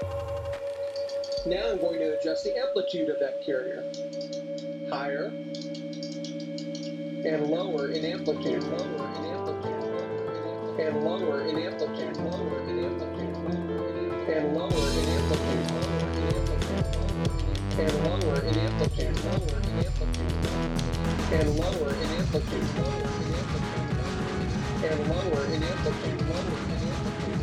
Now I'm going to adjust the amplitude of that carrier. Higher and lower in amplitude, lower in amplitude, and lower in amplitude, lower in amplitude, and lower in amplitude, and lower in amplitude, lower in amplitude, and lower in amplitude, lower in amplitude, and lower in amplitude, lower in amplitude.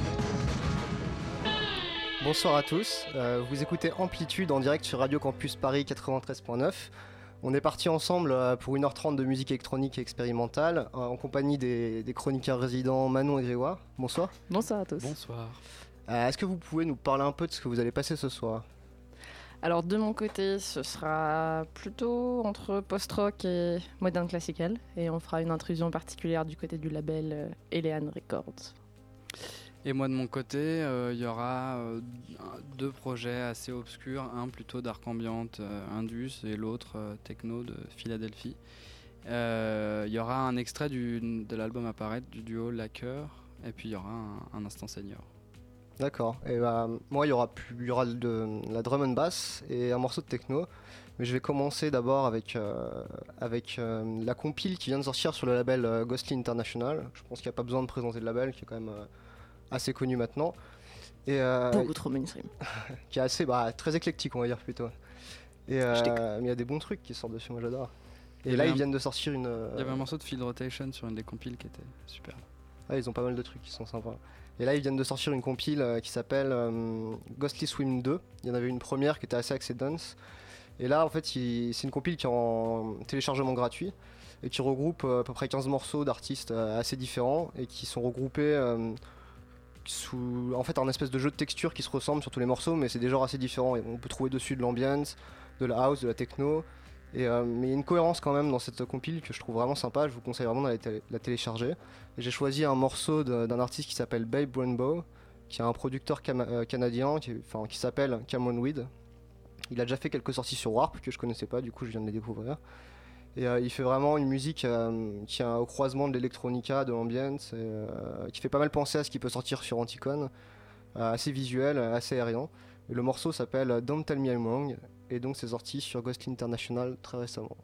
Bonsoir à tous, vous écoutez Amplitude en direct sur Radio Campus Paris 93.9. On est parti ensemble pour 1h30 de musique électronique et expérimentale en compagnie des chroniqueurs résidents Manon et Grégoire. Bonsoir. Bonsoir à tous. Bonsoir. Est-ce que vous pouvez nous parler un peu de ce que vous allez passer ce soir ? Alors de mon côté, ce sera plutôt entre post-rock et modern classical, et on fera une intrusion particulière du côté du label Elean Records. Et moi de mon côté, il y aura deux projets assez obscurs, un plutôt dark ambient indus et l'autre techno de Philadelphie. Il y aura un extrait de l'album Apparaître du duo Lacker, et puis il y aura un instant senior. D'accord, et moi il y aura de la drum and bass et un morceau de techno, mais je vais commencer d'abord avec la compile qui vient de sortir sur le label Ghostly International. Je pense qu'il n'y a pas besoin de présenter le label qui est quand même assez connu maintenant. Et, beaucoup trop mainstream. Qui est assez très éclectique on va dire plutôt. Et mais il y a des bons trucs qui sortent dessus, moi j'adore. Et là ils viennent de sortir une... Il y avait un morceau de Field Rotation sur une des compiles qui était super. Ah, ils ont pas mal de trucs qui sont sympas. Et là ils viennent de sortir une compile qui s'appelle Ghostly Swim 2. Il y en avait une première qui était assez axée dance. Et là en fait c'est une compile qui est en téléchargement gratuit et qui regroupe à peu près 15 morceaux d'artistes assez différents et qui sont regroupés sous en fait un espèce de jeu de texture qui se ressemble sur tous les morceaux, mais c'est des genres assez différents. Et on peut trouver dessus de l'ambiance, de la house, de la techno. Mais il y a une cohérence quand même dans cette compile que je trouve vraiment sympa. Je vous conseille vraiment d'aller la télécharger. Et j'ai choisi un morceau d'un artiste qui s'appelle Babe Rainbow, qui est un producteur canadien qui s'appelle Cameron Weed. Il a déjà fait quelques sorties sur Warp que je connaissais pas, du coup je viens de les découvrir. Et il fait vraiment une musique qui est au croisement de l'électronica, de l'ambiance, qui fait pas mal penser à ce qui peut sortir sur Anticon, assez visuel, assez aérien. Et le morceau s'appelle Don't Tell Me I'm Wrong, et donc c'est sorti sur Ghostly International très récemment.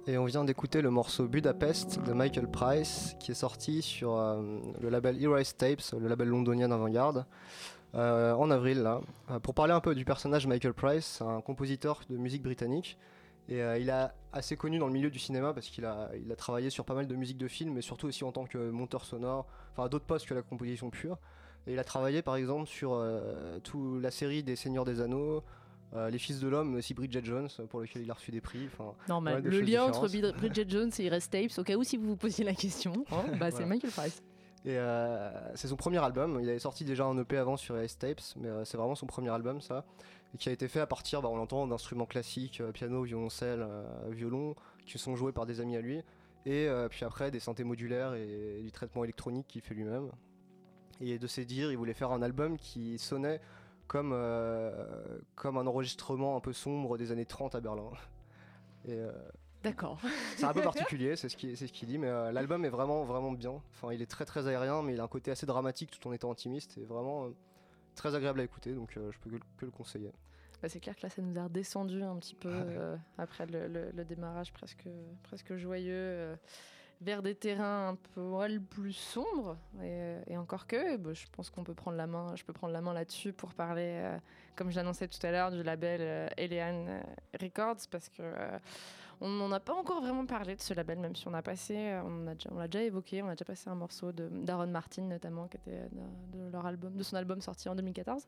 Et on vient d'écouter le morceau Budapest de Michael Price qui est sorti sur le label Erase Tapes, le label londonien d'avant-garde, en avril là. Pour parler un peu du personnage Michael Price, c'est un compositeur de musique britannique et il est assez connu dans le milieu du cinéma parce qu'il a travaillé sur pas mal de musique de film, mais surtout aussi en tant que monteur sonore, enfin à d'autres postes que la composition pure. Et il a travaillé par exemple sur toute la série des Seigneurs des Anneaux, Les Fils de l'Homme, mais aussi Bridget Jones, pour lequel il a reçu des prix. Normal. Le lien entre Bridget Jones et Erase Tapes, au cas où si vous vous posiez la question, c'est Voilà. Michael Price. Et c'est son premier album. Il avait sorti déjà un EP avant sur Erase Tapes, mais c'est vraiment son premier album, ça. Et qui a été fait à partir, on l'entend, d'instruments classiques, piano, violoncelle, violon, qui sont joués par des amis à lui. Et puis après, des synthés modulaires et du traitement électronique qu'il fait lui-même. Et de ses dires, il voulait faire un album qui sonnait comme un enregistrement un peu sombre des années 30 à Berlin. Et D'accord. c'est un peu particulier, c'est ce qu'il dit, mais l'album est vraiment, vraiment bien. Enfin, il est très très aérien, mais il a un côté assez dramatique tout en étant intimiste et vraiment très agréable à écouter, donc je peux que le conseiller. Bah, c'est clair que là, ça nous a redescendu un petit peu après le démarrage presque joyeux. Vers des terrains un peu plus sombres et encore que je pense qu'on peut prendre la main, je peux prendre la main là-dessus pour parler, comme je l'annonçais tout à l'heure, du label Elean Records, parce que on n'en a pas encore vraiment parlé de ce label, même si on l'a déjà évoqué, on a déjà passé un morceau d'Aaron Martin notamment, qui était de son album sorti en 2014,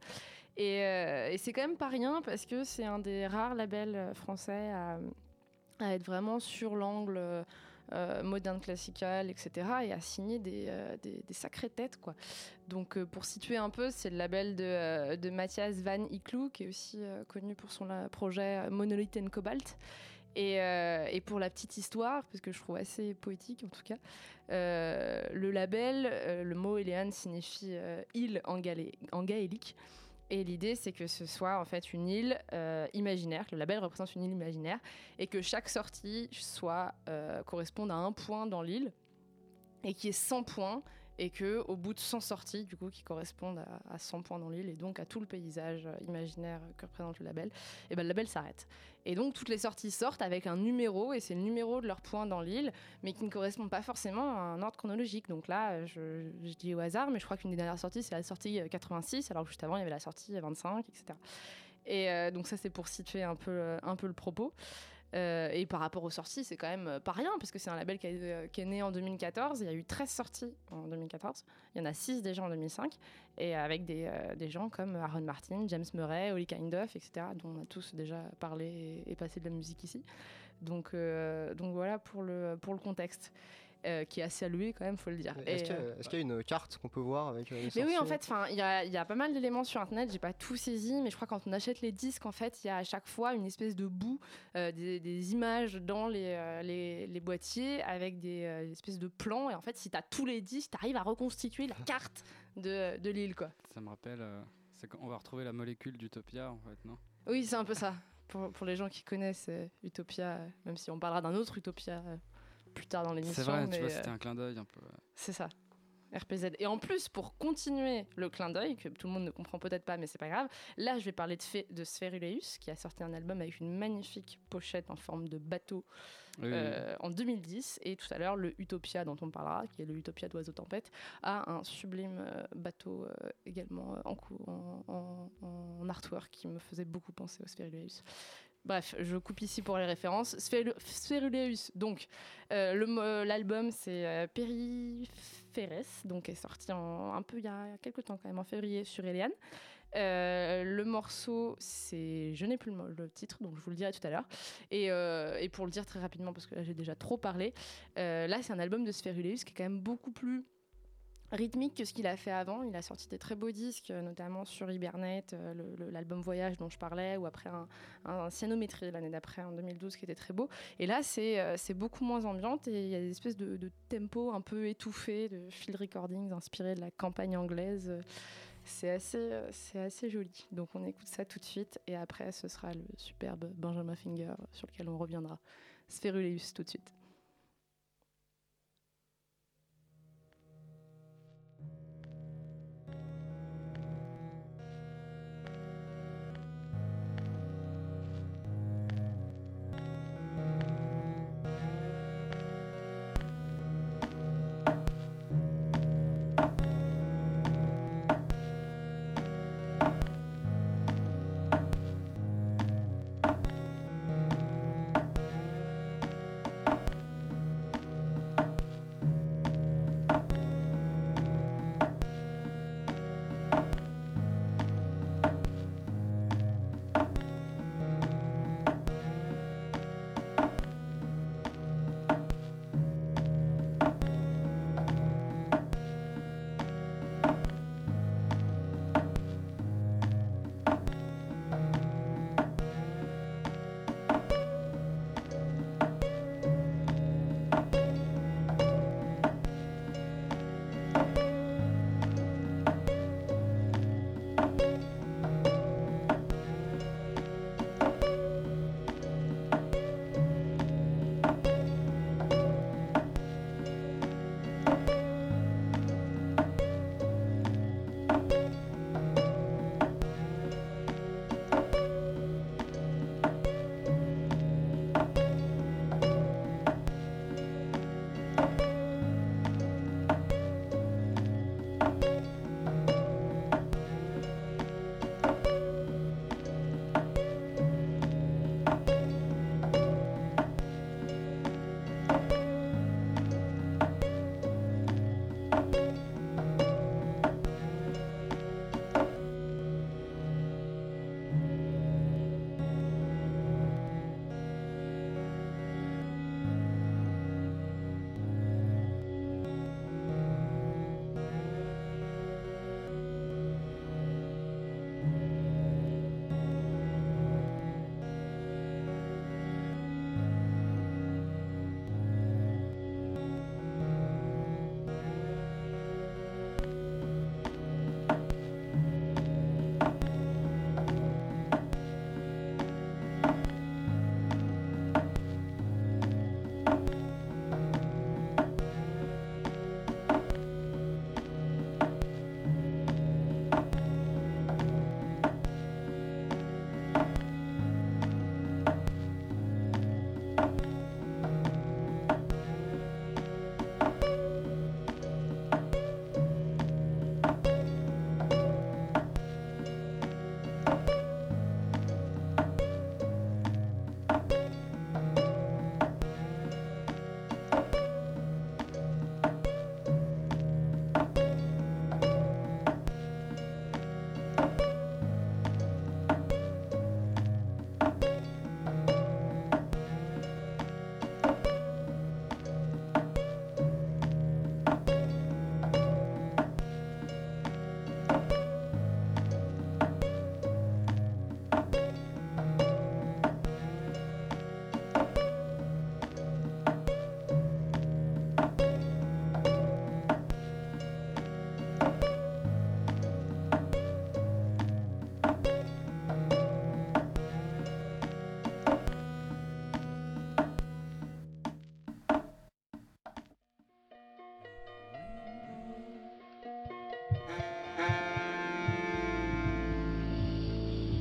et c'est quand même pas rien parce que c'est un des rares labels français à être vraiment sur l'angle moderne classical, etc., et à signer des sacrées têtes, quoi. Donc pour situer un peu, c'est le label de Matthias Van Iclou, qui est aussi connu pour son projet Monolith and Cobalt. Et pour la petite histoire, parce que je trouve assez poétique en tout cas, le label, le mot Elean signifie île en gaélique. Et l'idée, c'est que ce soit en fait une île imaginaire, que le label représente une île imaginaire, et que chaque sortie corresponde à un point dans l'île, et qui est 100 points, et qu'au bout de 100 sorties, du coup, qui correspondent à 100 points dans l'île, et donc à tout le paysage imaginaire que représente le label, et ben le label s'arrête. Et donc toutes les sorties sortent avec un numéro, et c'est le numéro de leur point dans l'île, mais qui ne correspond pas forcément à un ordre chronologique. Donc là, je dis au hasard, mais je crois qu'une des dernières sorties, c'est la sortie 86, alors que juste avant, il y avait la sortie 25, etc. Et donc ça, c'est pour situer un peu le propos. Et par rapport aux sorties, c'est quand même pas rien, parce que c'est un label qui est né en 2014. Il y a eu 13 sorties en 2014. Il y en a 6 déjà en 2005. Et avec des gens comme Aaron Martin, James Murray, Holly Kindoff, etc., dont on a tous déjà parlé et passé de la musique ici. Donc voilà pour le contexte. Qui est assez alloué quand même, faut le dire. Est-ce qu'il y a une carte qu'on peut voir avec les sorties ? Mais oui, en fait, il y a pas mal d'éléments sur internet, j'ai pas tout saisi, mais je crois que quand on achète les disques, en fait, il y a à chaque fois une espèce de bout, des images dans les boîtiers avec des espèces de plans, et en fait, si t'as tous les disques, t'arrives à reconstituer la carte de l'île, quoi. Ça me rappelle, c'est qu'on va retrouver la molécule d'Utopia, en fait, non ? Oui, c'est un peu ça. Pour les gens qui connaissent Utopia, même si on parlera d'un autre Utopia plus tard dans l'émission. C'est vrai, mais tu vois, c'était un clin d'œil un peu. C'est ça, RPZ. Et en plus, pour continuer le clin d'œil, que tout le monde ne comprend peut-être pas, mais c'est pas grave, là, je vais parler de Spheruleus, qui a sorti un album avec une magnifique pochette en forme de bateau en 2010. Et tout à l'heure, le Utopia dont on parlera, qui est le Utopia d'Oiseau Tempête, a un sublime bateau également en artwork qui me faisait beaucoup penser au Spheruleus. Bref, je coupe ici pour les références. Spheruleus, donc, l'album c'est Périphéres, donc est sorti un peu il y a quelques temps quand même, en février sur Elean. Le morceau, c'est Je n'ai plus le titre, donc je vous le dirai tout à l'heure. Et pour le dire très rapidement, parce que là j'ai déjà trop parlé, là c'est un album de Spheruleus qui est quand même beaucoup plus rythmique que ce qu'il a fait avant. Il a sorti des très beaux disques, notamment sur Hibernate, l'album Voyage dont je parlais, ou après un Cyanométrie l'année d'après, en 2012, qui était très beau. Et là, c'est beaucoup moins ambiante, et il y a des espèces de tempo un peu étouffé, de field recordings inspirés de la campagne anglaise. C'est assez joli. Donc on écoute ça tout de suite, et après ce sera le superbe Benjamin Finger sur lequel on reviendra. Spheruleus tout de suite.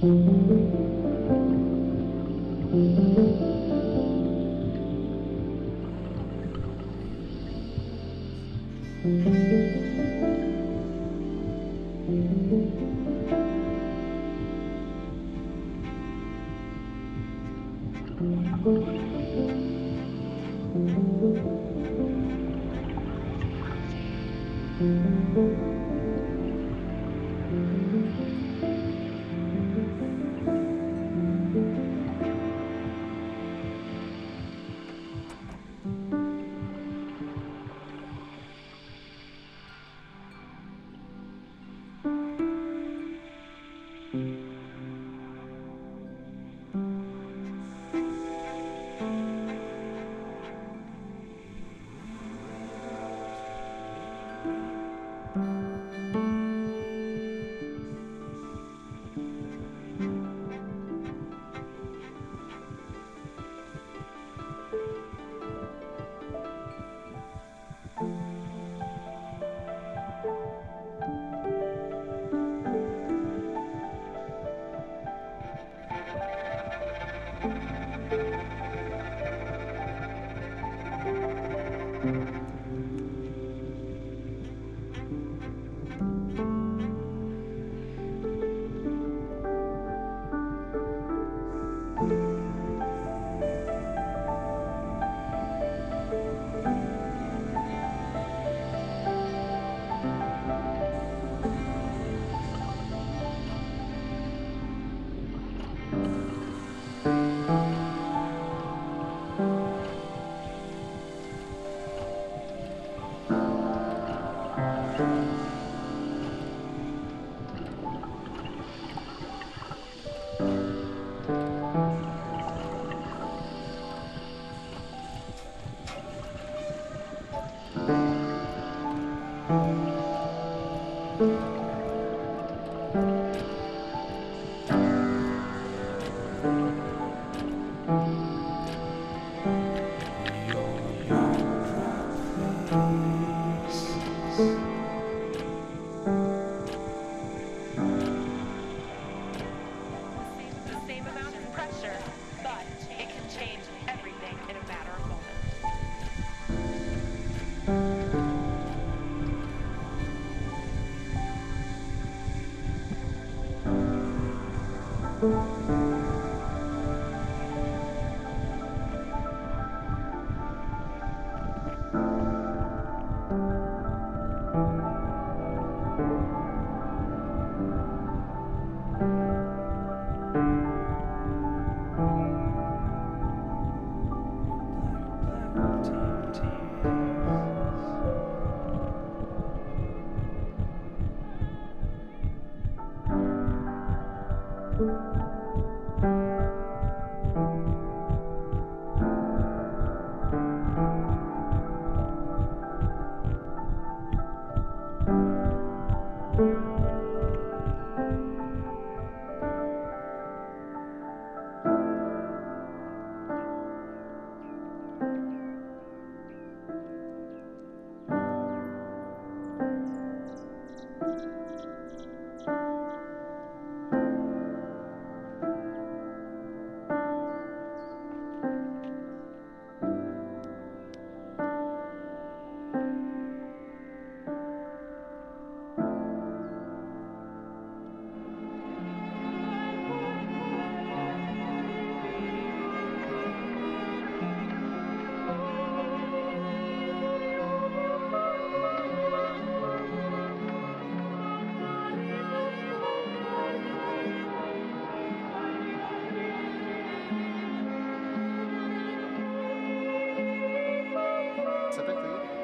Ça s'appelle, t'as dit?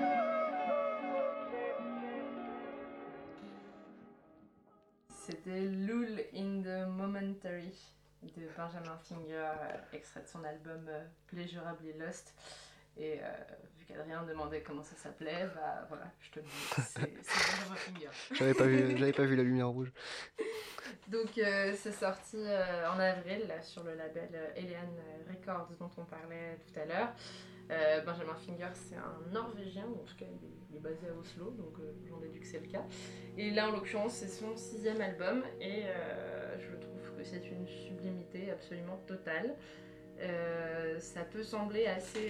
C'était Lul in the Momentary de Benjamin Finger, extrait de son album Pleasurably Lost. Et vu qu'Adrien demandait comment ça s'appelait, bah voilà, je te le dis, c'est Benjamin Finger. J'avais pas vu la lumière rouge. Donc c'est sorti en avril là, sur le label Elian Records dont on parlait tout à l'heure. Benjamin Finger, c'est un Norvégien, ou en tout cas il est basé à Oslo, donc j'en déduis que c'est le cas. Et là en l'occurrence c'est son 6e album et je trouve que c'est une sublimité absolument totale. Ça peut sembler assez...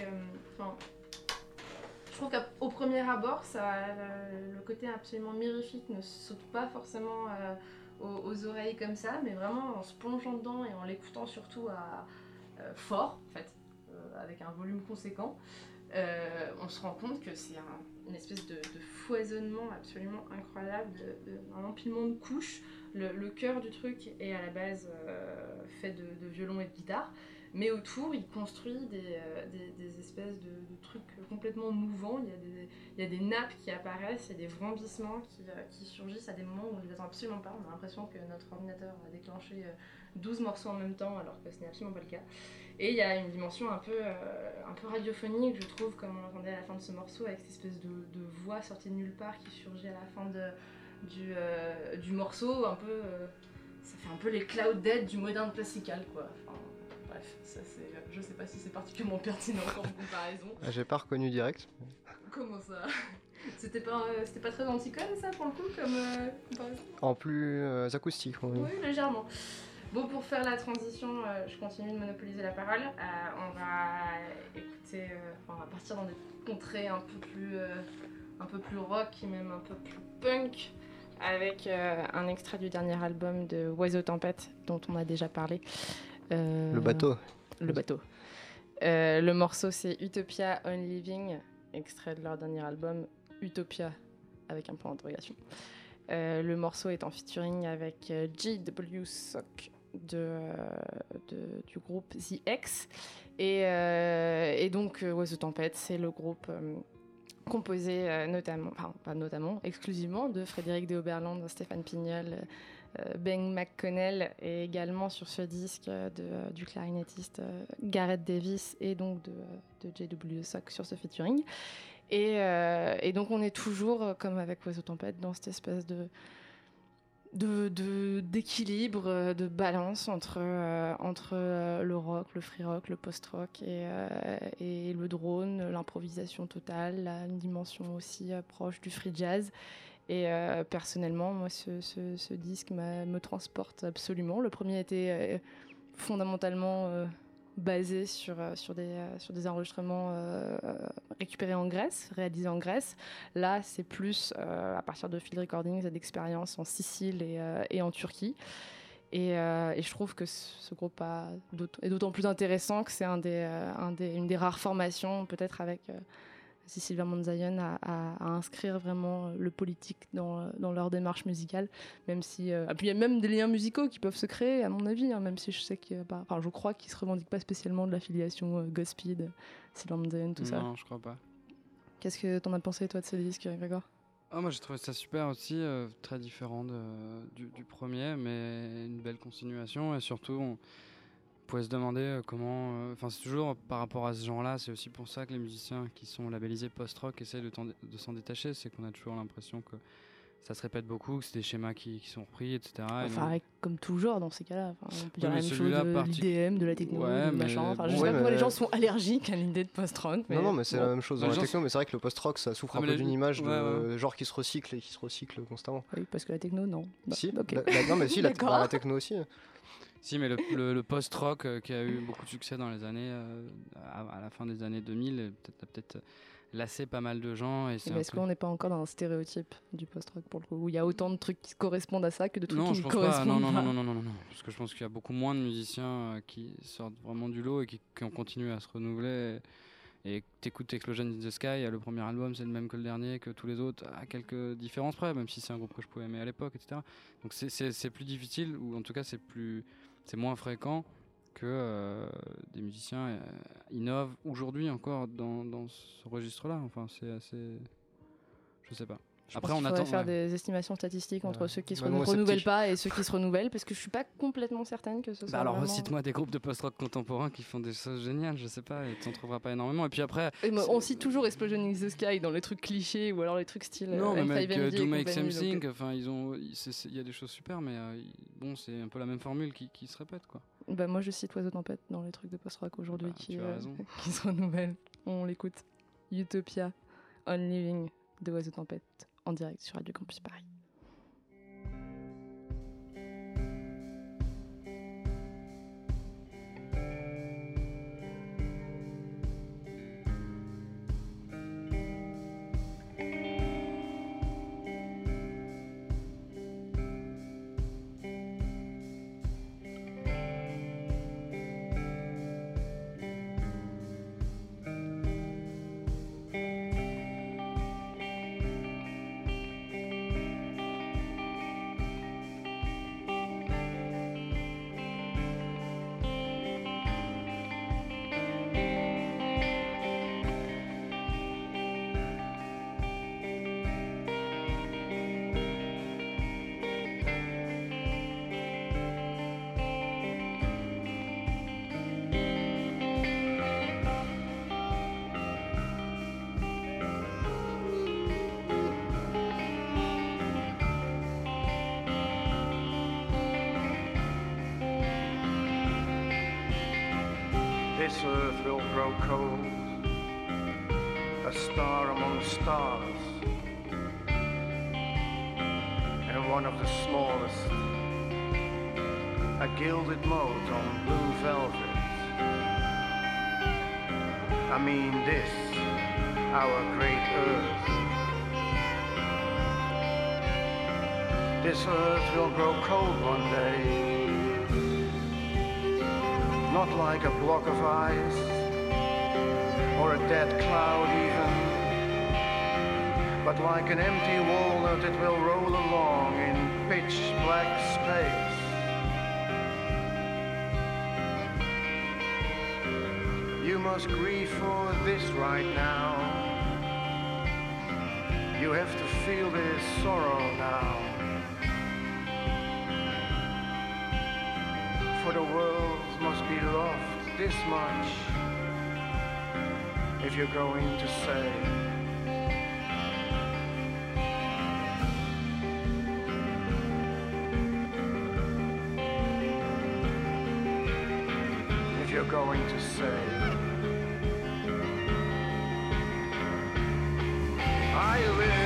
je trouve qu'au premier abord, le côté absolument mirifique ne saute pas forcément aux oreilles comme ça, mais vraiment en se plongeant dedans et en l'écoutant surtout fort, en fait, avec un volume conséquent, on se rend compte que c'est une espèce de foisonnement absolument incroyable, un empilement de couches. Le cœur du truc est à la base fait de violon et de guitare, mais autour il construit des espèces de trucs complètement mouvants. Il y a des nappes qui apparaissent, il y a des vrombissements qui surgissent à des moments où on ne les attend absolument pas. On a l'impression que notre ordinateur a déclenché 12 morceaux en même temps, alors que ce n'est absolument pas le cas. Et il y a une dimension un peu radiophonique, je trouve, comme on entendait à la fin de ce morceau, avec cette espèce de voix sortie de nulle part qui surgit à la fin du morceau. Ça fait un peu les Cloud Dead du modern classical, quoi. Enfin, bref, je sais pas si c'est particulièrement pertinent comme comparaison. J'ai pas reconnu direct. Comment ça? C'était pas très anticone, ça, pour le coup, comme comparaison? En plus acoustique, oui. Oui, légèrement. Bon, pour faire la transition, je continue de monopoliser la parole. On va partir dans des contrées un peu plus rock et même un peu plus punk, avec un extrait du dernier album de Oiseaux Tempête, dont on a déjà parlé. Le bateau. Le bateau. Le morceau, c'est Utopia On Living, extrait de leur dernier album, Utopia, avec un point d'interrogation. Le morceau est en featuring avec J.W. Sock du groupe The X. Et donc, Oiseaux Tempête, c'est le groupe composé exclusivement de Frédéric de Oberland, Stéphane Pignol, Ben McConnell, et également sur ce disque du clarinettiste Gareth Davis et donc de J.W. Sock sur ce featuring. Et donc on est toujours, comme avec Oiseaux Tempête, dans cette espèce d'équilibre, de balance entre le rock, le free rock, le post-rock et le drone, l'improvisation totale, une dimension aussi proche du free jazz. Et personnellement, moi, ce disque me transporte absolument. Le premier était fondamentalement basé sur des enregistrements récupérés en Grèce, réalisés en Grèce. Là, c'est plus à partir de field recordings et d'expériences en Sicile et en Turquie. Et je trouve que ce groupe est d'autant plus intéressant que c'est une des rares formations, peut-être avec Cecilia Manzayan, à inscrire vraiment le politique dans leur démarche musicale, même si puis il y a même des liens musicaux qui peuvent se créer, à mon avis, hein, même si je sais je crois qu'ils se revendiquent pas spécialement de l'affiliation Godspeed, Cecilia Manzayan, tout ça. Non, je crois pas. Qu'est-ce que t'en as pensé, toi, de ce disque, Grégoire? Moi j'ai trouvé ça super aussi, très différent du premier, mais une belle continuation. Et surtout on pouvait se demander comment... c'est toujours par rapport à ce genre-là, c'est aussi pour ça que les musiciens qui sont labellisés post-rock essayent de s'en détacher. C'est qu'on a toujours l'impression que ça se répète beaucoup, que c'est des schémas qui sont repris, etc. Comme tout genre dans ces cas-là. On peut dire la même chose celui-là de l'IDM, de la techno, du machin. Je sais pas pourquoi les gens sont allergiques à l'idée de post-rock. Non, mais c'est la même chose dans la techno, mais c'est vrai que le post-rock, ça souffre un peu d'une image de genre qui se recycle et qui se recycle constamment. Oui, parce que la techno, non. Si, okay. Non, mais si, la techno aussi. Si, mais le post-rock qui a eu beaucoup de succès dans les années... à la fin des années 2000, peut-être lassé pas mal de gens. Est-ce qu'on n'est pas encore dans un stéréotype du post-rock, pour le coup, où il y a autant de trucs qui correspondent à ça que de trucs qui ne correspondent pas? Non, parce que je pense qu'il y a beaucoup moins de musiciens qui sortent vraiment du lot et qui ont continué à se renouveler. Et t'écoutes Explosion in the Sky, le premier album c'est le même que le dernier, que tous les autres, à quelques différences près, même si c'est un groupe que je pouvais aimer à l'époque, etc. Donc c'est plus difficile, ou en tout cas c'est moins fréquent que des musiciens innovent aujourd'hui encore dans ce registre-là. Enfin, c'est assez... Je sais pas. Après, on attend faire des estimations statistiques entre ceux qui se renouvellent pas et ceux qui se renouvellent, parce que je suis pas complètement certaine que ce soit alors vraiment... cite-moi des groupes de post-rock contemporains qui font des choses géniales, je sais pas, et t'en trouveras pas énormément. Et puis après... on cite toujours Explosion in the Sky dans les trucs clichés, ou alors les trucs style... Non, mais avec Do Make Something, il y a des choses super, mais bon, c'est un peu la même formule qui se répète, quoi. Moi je cite Oiseaux Tempête dans les trucs de post-rock aujourd'hui qui se renouvellent. On l'écoute. Utopia On Living de Oiseaux Tempête en direct sur Radio Campus Paris. this earth will grow cold, a star among stars, and one of the smallest, a gilded mote on blue velvet. I mean this, our great earth. This earth will grow cold one day, not like a block of ice, or a dead cloud even, but like an empty walnut it will roll along in pitch black space. You must grieve for this right now. You have to feel this sorrow now. For the world must be loved this much if you're going to say if you're going to say I will.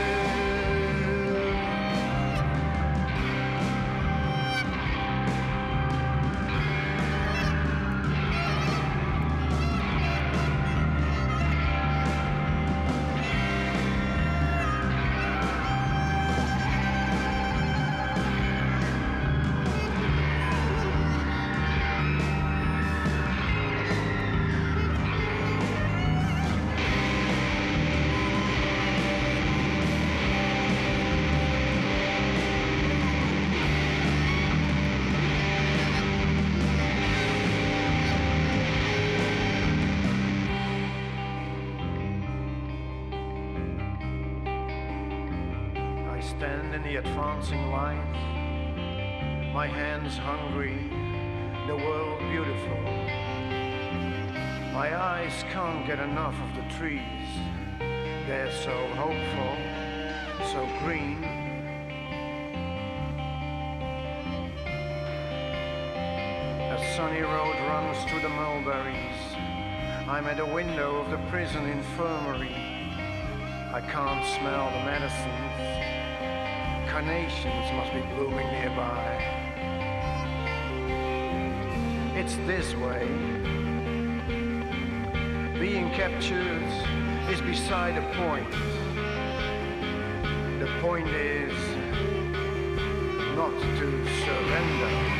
Stand in the advancing light, my hands hungry, the world beautiful. My eyes can't get enough of the trees, they're so hopeful, so green. A sunny road runs through the mulberries. I'm at a window of the prison infirmary. I can't smell the medicines. Carnations must be blooming nearby. It's this way. Being captured is beside the point. The point is not to surrender.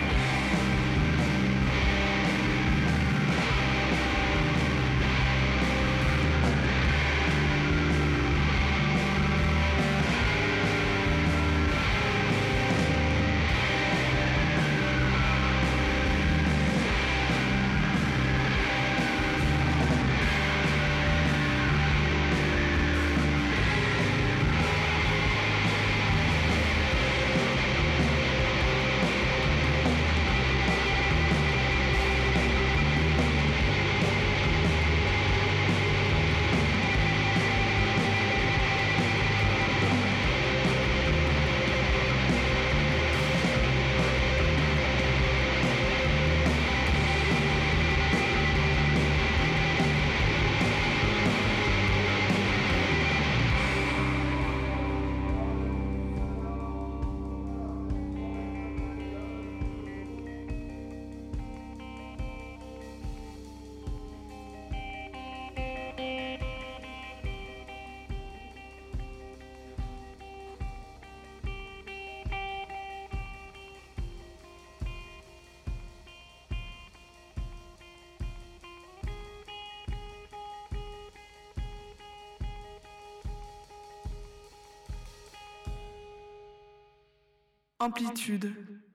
Amplitude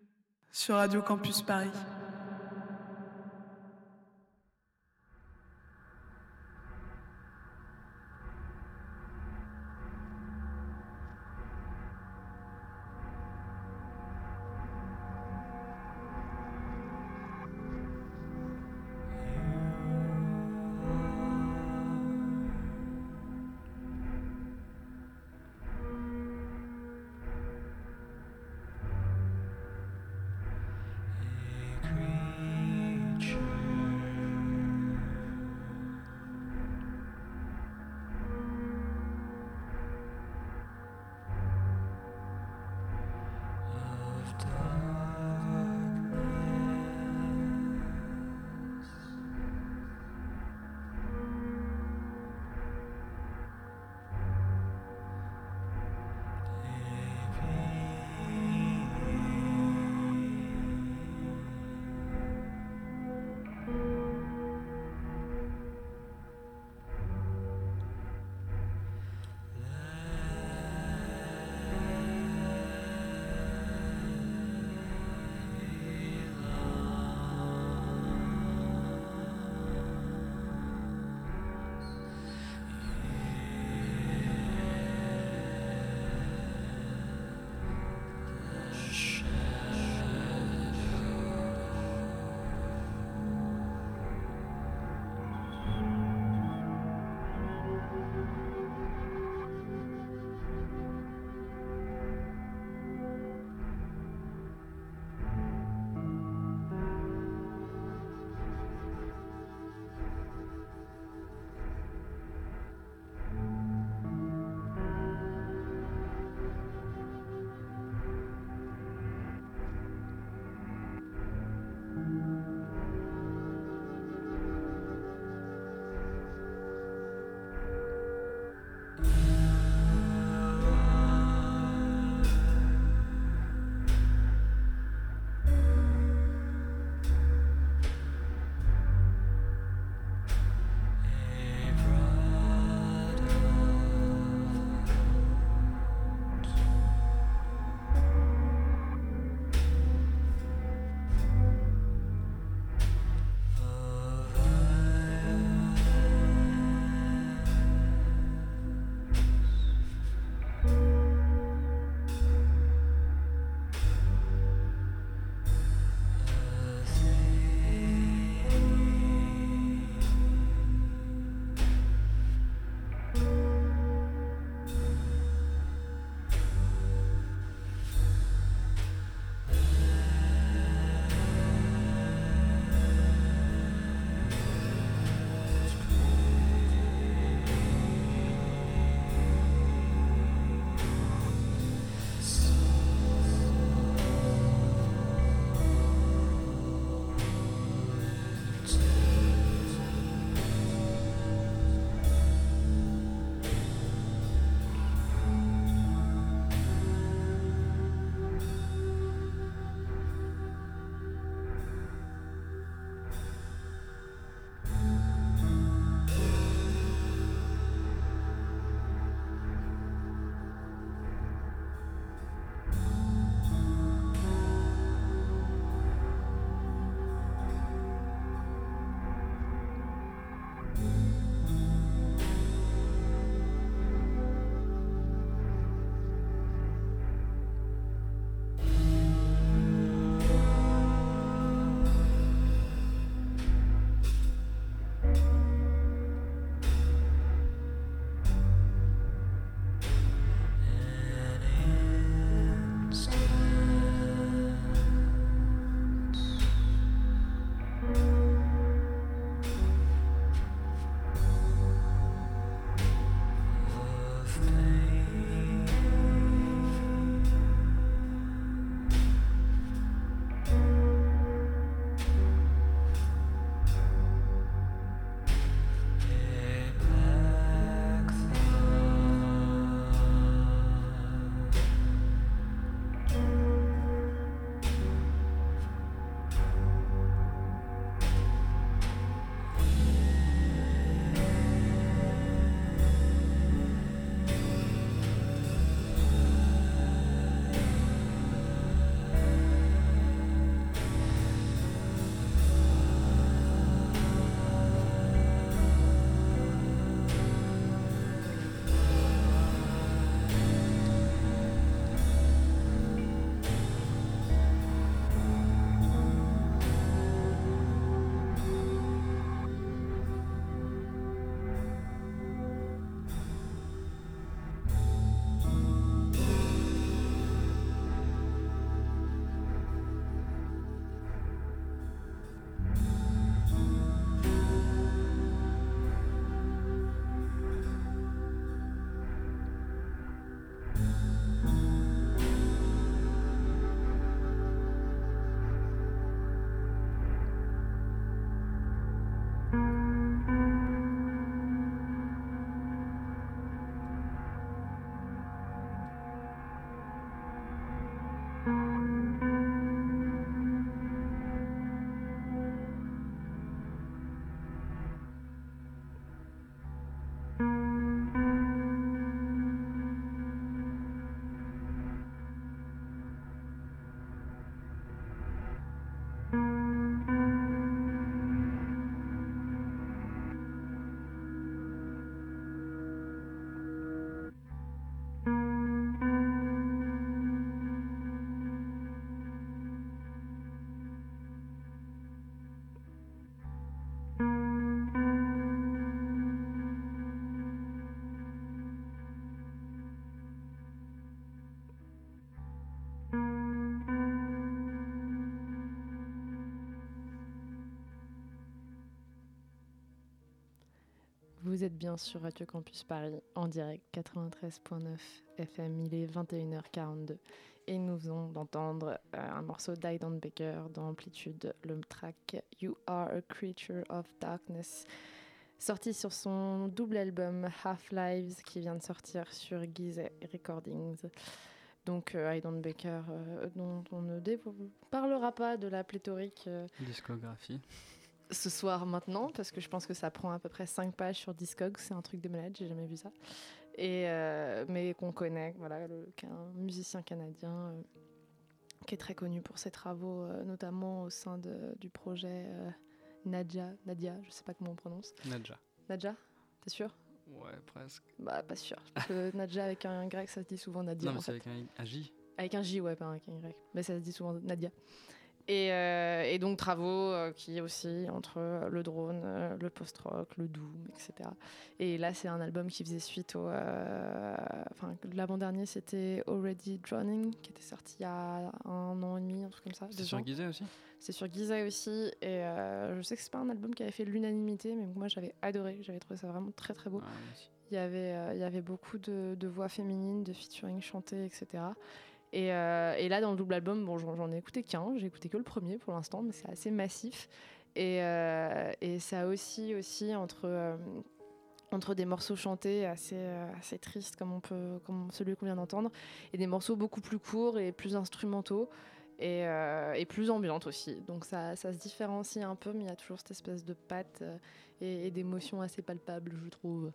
sur Radio Campus Paris. Écrit Vous êtes bien sur Radio Campus Paris, en direct 93.9 FM, il est 21h42. Et nous venons d'entendre un morceau d'Aidan Baker dans Amplitude, le track You Are a Creature of Darkness, sorti sur son double album Half-Lives qui vient de sortir sur Gizeh Recordings. Donc Aidan Baker, dont on ne parlera pas de la pléthorique Discographie. ce soir maintenant, parce que je pense que ça prend à peu près 5 pages sur Discogs, c'est un truc de malade, j'ai jamais vu ça. Et, mais qu'on connaît, voilà, un musicien canadien qui est très connu pour ses travaux, notamment au sein du projet Nadia, je sais pas comment on prononce. Nadja, t'es sûr? Ouais, presque. Bah, pas sûr. Parce que Nadja avec un grec, ça se dit souvent Nadia. Non, mais en c'est fait. avec un J. Avec un J, ouais, pas avec un Y. Mais ça se dit souvent Nadia. Et donc travaux qui aussi entre le drone, le post-rock, le doom, etc. Et là, c'est un album qui faisait suite au... l'avant-dernier, c'était Already Drowning, qui était sorti il y a 1 an et demi, un truc comme ça. C'est sur Gizeh aussi? C'est sur Gizeh aussi. Et je sais que c'est pas un album qui avait fait l'unanimité, mais moi, j'avais adoré. J'avais trouvé ça vraiment très, très beau. Ouais, Il y avait beaucoup de voix féminines, de featuring chantés, etc. Et là, dans le double album, bon, j'en ai écouté qu'un, j'ai écouté que le premier pour l'instant, mais c'est assez massif. Et ça aussi entre des morceaux chantés assez tristes, comme celui qu'on vient d'entendre, et des morceaux beaucoup plus courts et plus instrumentaux, et plus ambiantes aussi. Donc ça se différencie un peu, mais il y a toujours cette espèce de patte et d'émotions assez palpables, je trouve.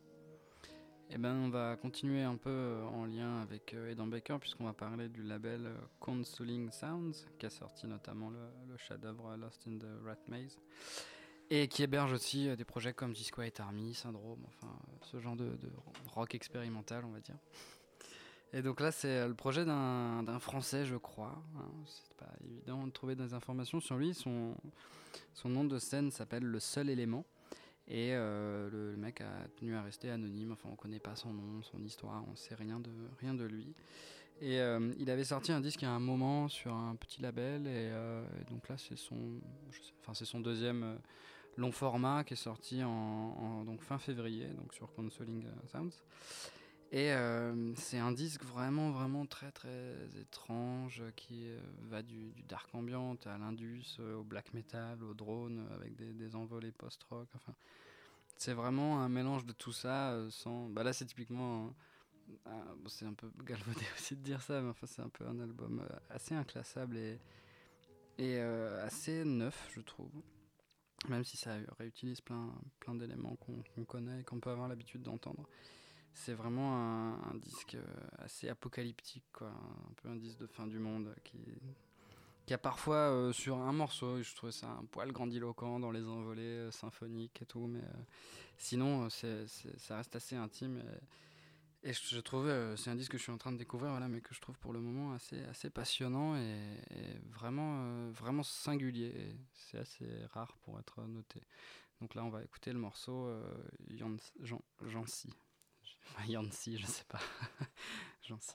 Eh ben, on va continuer un peu en lien avec Aidan Baker, puisqu'on va parler du label Consoling Sounds, qui a sorti notamment le chef-d'œuvre Lost in the Rat Maze, et qui héberge aussi des projets comme Disquiet Army, Syndrome, enfin ce genre de rock expérimental, on va dire. Et donc là, c'est le projet d'un Français, je crois. Hein. C'est pas évident de trouver des informations sur lui. Son nom de scène s'appelle Le Seul Élément. Et le mec a tenu à rester anonyme, enfin on connaît pas son nom, son histoire, on sait rien de lui. Et il avait sorti un disque à un moment sur un petit label, et donc là c'est son deuxième long format qui est sorti donc fin février, donc sur Consoling Sounds. Et c'est un disque vraiment vraiment très très étrange qui va du dark ambient à l'indus, au black metal, au drone avec des envolées post-rock. Enfin, c'est vraiment un mélange de tout ça là c'est typiquement c'est un peu galvaudé aussi de dire ça, mais enfin c'est un peu un album assez inclassable et assez neuf, je trouve. Même si ça réutilise plein d'éléments qu'on connaît et qu'on peut avoir l'habitude d'entendre. C'est vraiment un disque assez apocalyptique, quoi. Un peu un disque de fin du monde qui a parfois sur un morceau, je trouvais ça un poil grandiloquent dans les envolées symphoniques et tout, mais sinon ça reste assez intime et je trouve c'est un disque que je suis en train de découvrir, voilà, mais que je trouve pour le moment assez passionnant et vraiment vraiment singulier. Et c'est assez rare pour être noté. Donc là on va écouter le morceau Jancy. Yancy, je sais pas. Jancy.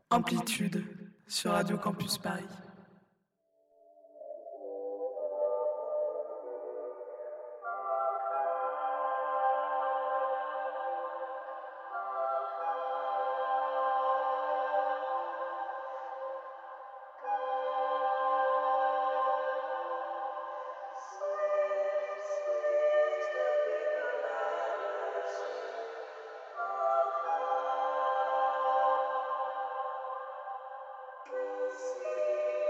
Amplitude sur Radio Campus Paris. See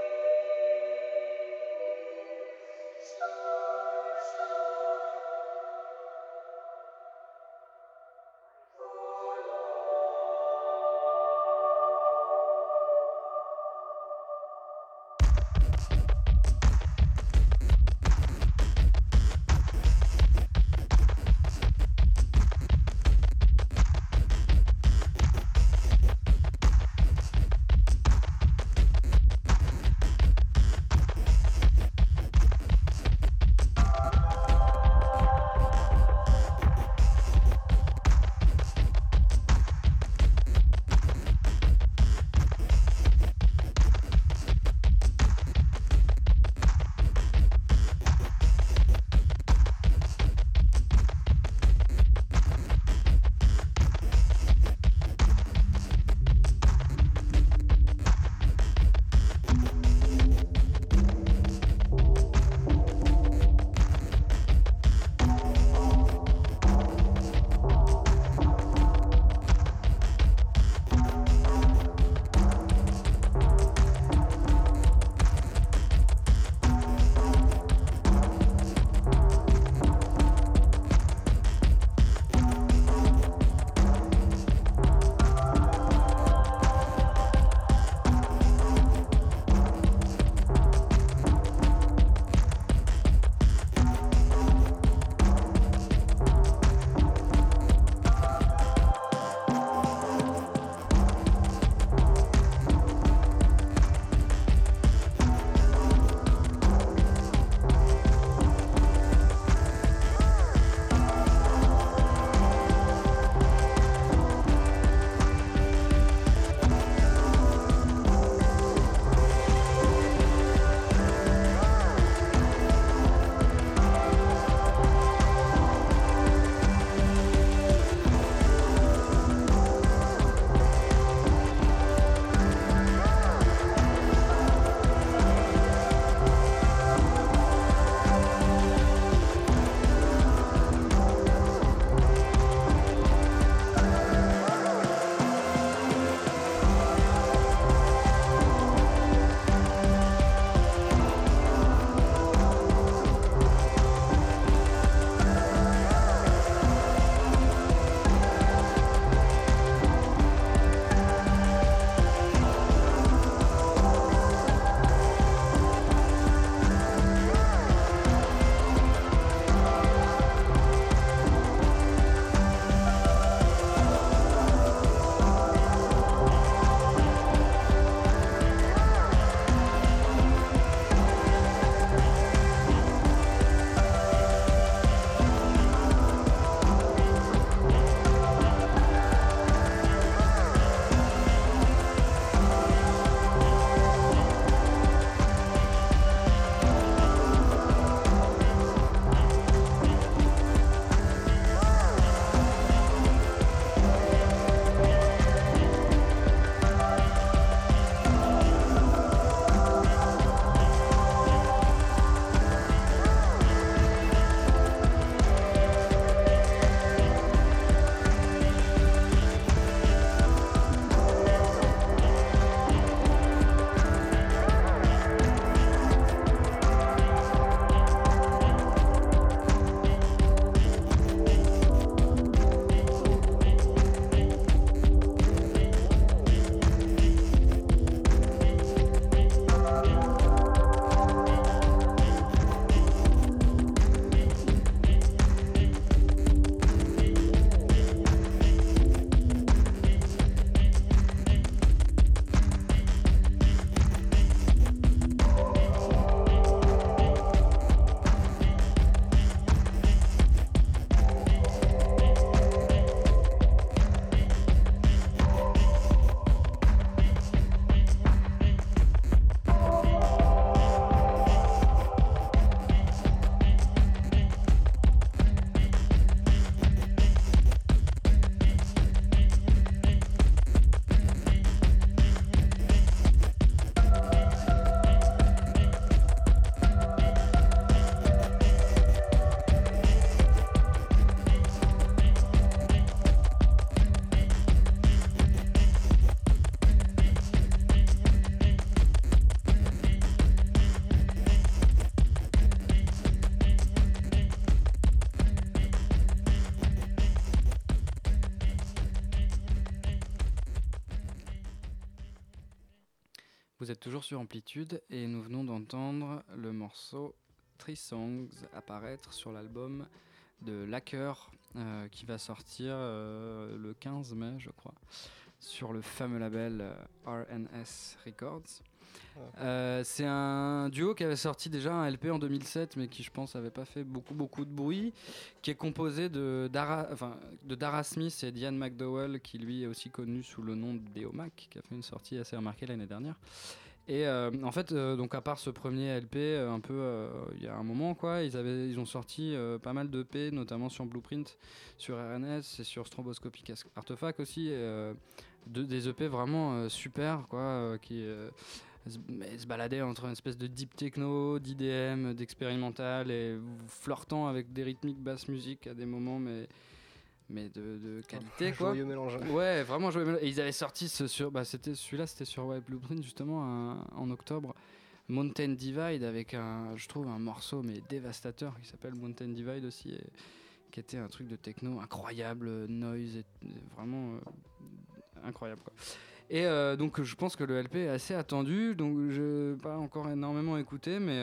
Vous êtes toujours sur Amplitude et nous venons d'entendre le morceau Three Songs apparaître sur l'album de Lacker qui va sortir le 15 mai, je crois, sur le fameux label RNS Records. C'est un duo qui avait sorti déjà un LP en 2007 mais qui je pense avait pas fait beaucoup de bruit, qui est composé de Dara Smith et Diane McDowell, qui lui est aussi connu sous le nom de Deomac, qui a fait une sortie assez remarquée l'année dernière. Et en fait, donc à part ce premier LP, il y a un moment quoi, ils ont sorti pas mal d'EP, notamment sur Blueprint, sur RNS et sur Stroboscopic Artefact aussi, des EP vraiment super quoi, qui se baladaient entre une espèce de deep techno, d'IDM, d'expérimental et flirtant avec des rythmiques basse musique à des moments, mais de qualité quoi. Joyeux mélange. Ouais, vraiment joyeux mélange. Et ils avaient sorti c'était sur Blueprint justement en octobre, Mountain Divide, avec je trouve un morceau mais dévastateur qui s'appelle Mountain Divide aussi, et qui était un truc de techno incroyable, noise et vraiment incroyable quoi. Et donc je pense que le LP est assez attendu, donc je n'ai pas encore énormément écouté, mais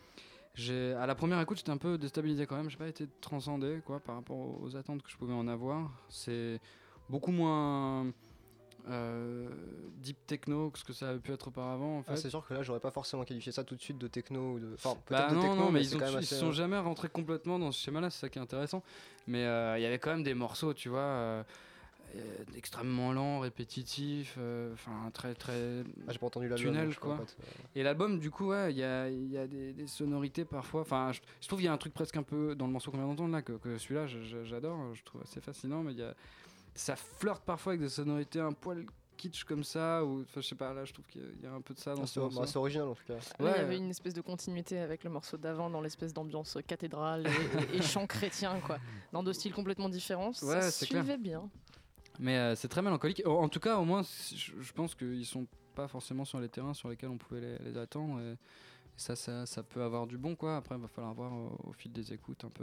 à la première écoute j'étais un peu déstabilisé quand même, j'ai pas été transcendé quoi, par rapport aux attentes que je pouvais en avoir. C'est beaucoup moins deep techno que ce que ça avait pu être auparavant en fait. C'est sûr que là j'aurais pas forcément qualifié ça tout de suite de techno, ou de... enfin peut-être de non, techno, mais c'est quand même ils sont jamais rentrés complètement dans ce schéma là, c'est ça qui est intéressant, mais il y avait quand même des morceaux, tu vois, extrêmement lent, répétitif, très j'ai pas entendu l'album, tunnel quoi. Et l'album du coup il y a des sonorités parfois, je trouve qu'il y a un truc presque un peu dans le morceau qu'on vient d'entendre là, que celui-là j'adore, je trouve assez fascinant, mais ça flirte parfois avec des sonorités un poil kitsch comme ça, ou je sais pas, là je trouve qu'il y a un peu de ça dans ce morceau. C'est original en tout cas. Il y avait une espèce de continuité avec le morceau d'avant, dans l'espèce d'ambiance cathédrale et chant chrétien quoi, dans deux styles complètement différents. Ouais, ça c'est suivait clair. bien. Mais c'est très mélancolique. En tout cas, au moins, je pense qu'ils sont pas forcément sur les terrains sur lesquels on pouvait les attendre. Et ça peut avoir du bon, quoi. Après, il va falloir voir au fil des écoutes un peu.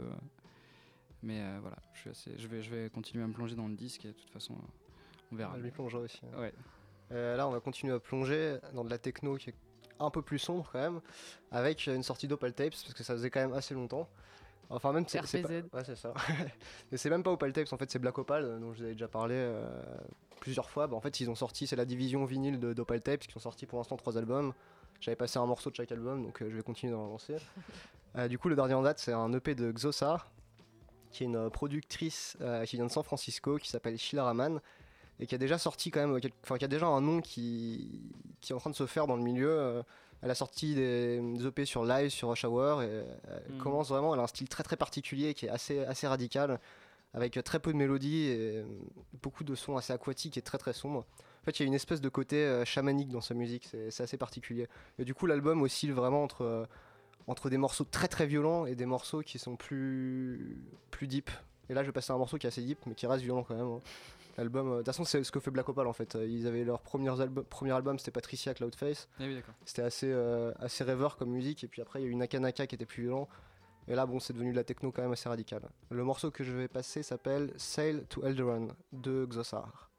Mais voilà, je vais continuer à me plonger dans le disque et de toute façon, on verra. Je m'y plongerai aussi. Ouais. Là, on va continuer à plonger dans de la techno qui est un peu plus sombre quand même, avec une sortie d'Opal Tapes, parce que ça faisait quand même assez longtemps. Enfin, même c'est RPZ. Ouais, c'est ça. Mais c'est même pas Opal Tapes, en fait, c'est Black Opal, dont je vous avais déjà parlé plusieurs fois. En fait, ils ont sorti, c'est la division vinyle d'Opal Tapes, qui ont sorti pour l'instant 3 albums. J'avais passé un morceau de chaque album, donc je vais continuer d'en lancer. Du coup, le dernier en date, c'est un EP de Xosar, qui est une productrice qui vient de San Francisco, qui s'appelle Sheila Raman, et qui a déjà sorti quand même, qui a déjà un nom qui est en train de se faire dans le milieu. Elle a sorti des EP sur Live, sur Rush Hour, et elle commence vraiment, elle a un style très très particulier qui est assez radical, avec très peu de mélodies et beaucoup de sons assez aquatiques et très très sombres. En fait, il y a une espèce de côté chamanique dans sa musique, c'est assez particulier. Et du coup, l'album oscille vraiment entre des morceaux très très violents et des morceaux qui sont plus deep. Et là, je vais passer à un morceau qui est assez deep, mais qui reste violent quand même, hein. L'album, de toute façon, c'est ce que fait Black Opal en fait. Ils avaient leur premier album, c'était Patricia Cloudface. Ah oui, d'accord. C'était assez rêveur comme musique, et puis après il y a eu Nakanaka qui était plus violent. Et là, bon, c'est devenu de la techno quand même assez radicale. Le morceau que je vais passer s'appelle Sail to Eldoran de Xosar.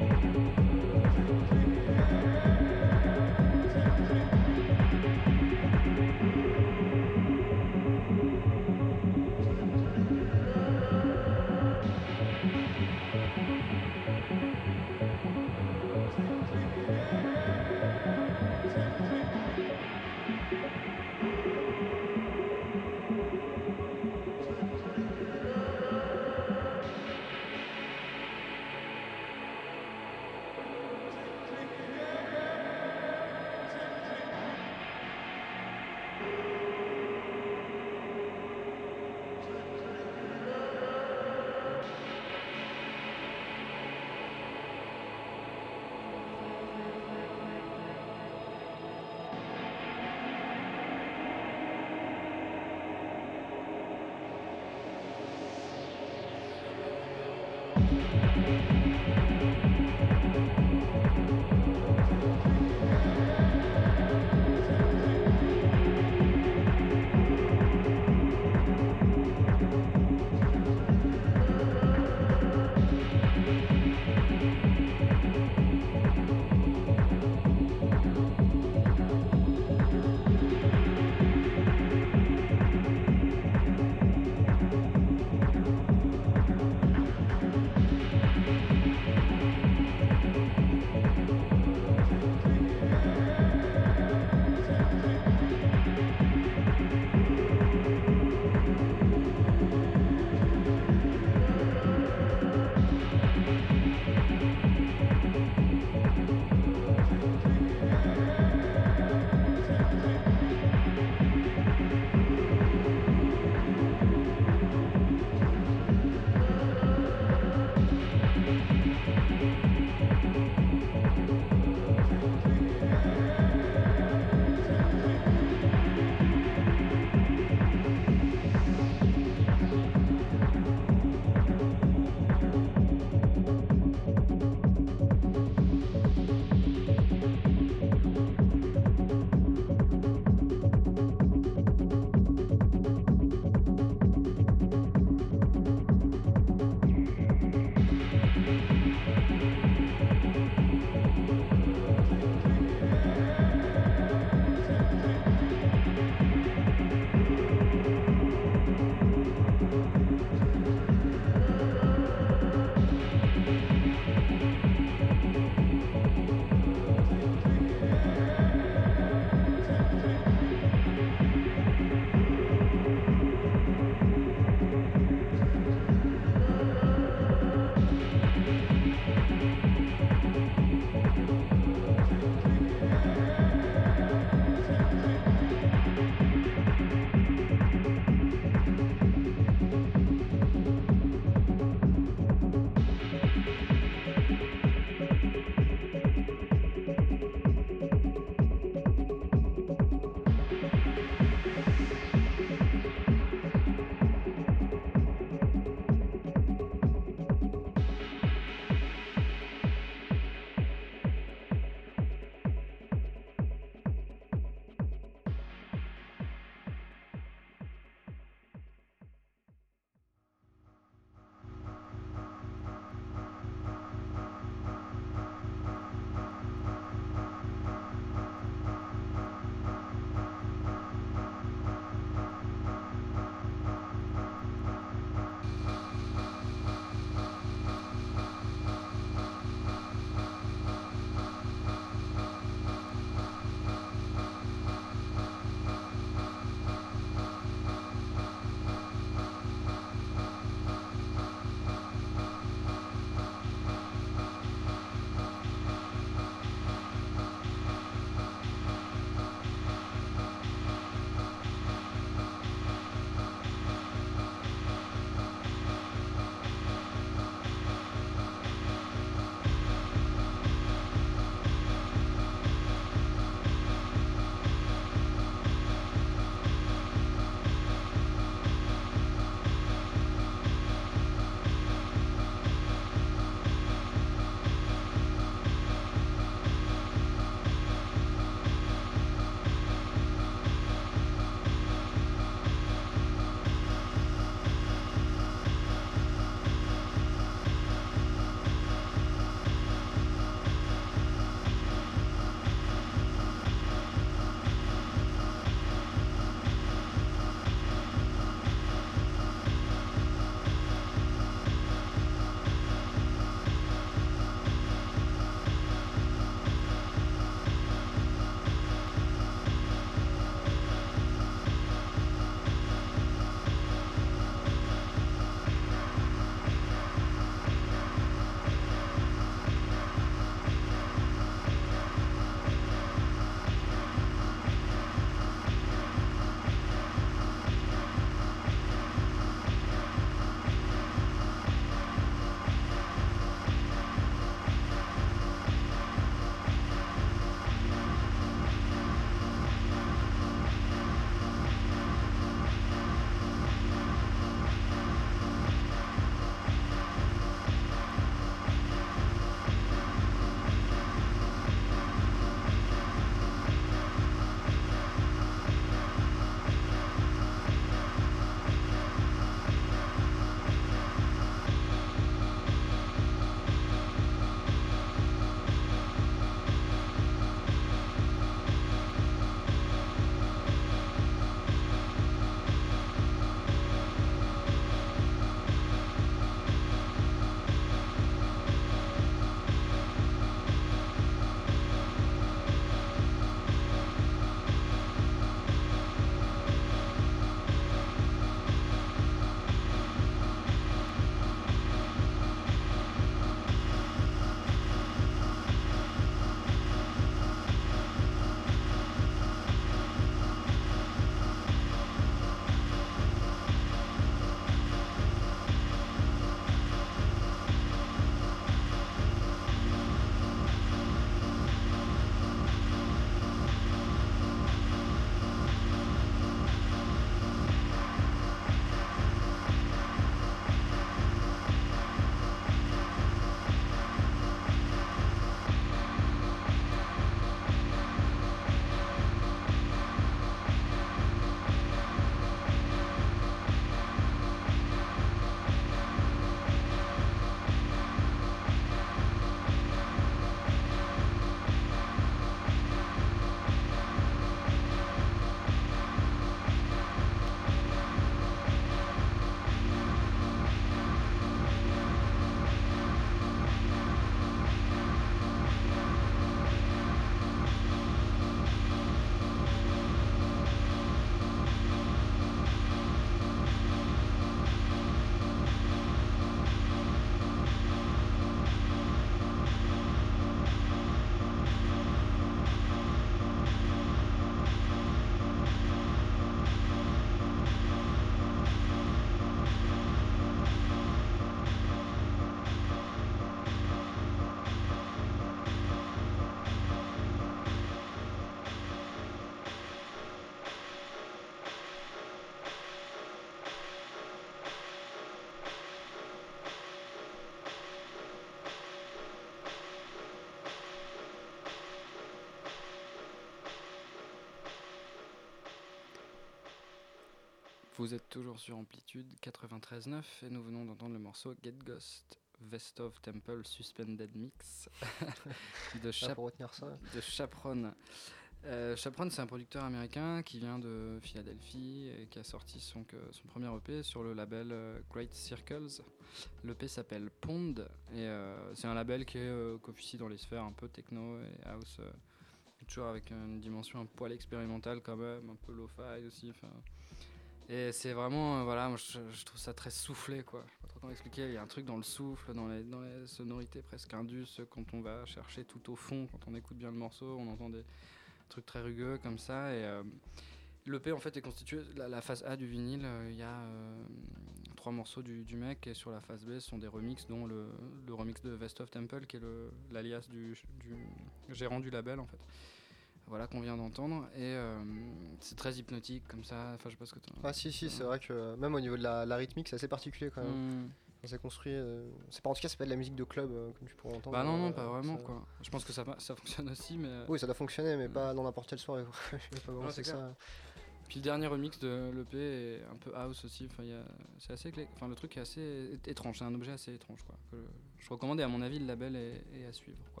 Vous êtes toujours sur Amplitude 93.9 et nous venons d'entendre le morceau Get Ghost, Vestov Temple Suspended Mix de, Pour retenir ça. de Chaperon. Chaperon, c'est un producteur américain qui vient de Philadelphie et qui a sorti son premier EP sur le label Great Circles. L'EP s'appelle Pond et c'est un label qui officie dans les sphères un peu techno et house, toujours avec une dimension un poil expérimentale quand même, un peu lo-fi aussi. Et c'est vraiment, voilà, moi je trouve ça très soufflé, quoi. Je sais pas trop comment expliquer, il y a un truc dans le souffle, dans les sonorités presque indus, quand on va chercher tout au fond, quand on écoute bien le morceau, on entend des trucs très rugueux comme ça. Et l'EP en fait est constitué, la phase A du vinyle, il y a 3 morceaux du mec, et sur la phase B ce sont des remixes, dont le remix de Vestov Temple, qui est l'alias du gérant du label en fait. Voilà, qu'on vient d'entendre, et c'est très hypnotique comme ça. Enfin, je sais pas ce que tu. Ah si, c'est vrai que même au niveau de la rythmique, c'est assez particulier quand même. C'est construit. C'est pas, en tout cas, c'est pas de la musique de club comme tu pourrais entendre. Bah non, pas vraiment quoi. Je pense que ça fonctionne aussi, mais. Oui, ça doit fonctionner, mais pas dans n'importe quelle soirée. Pas c'est ça. Puis le dernier remix de l'EP est un peu house aussi. Enfin, c'est assez le truc est assez étrange. C'est un objet assez étrange quoi. Que je recommande, et à mon avis, le label est à suivre quoi.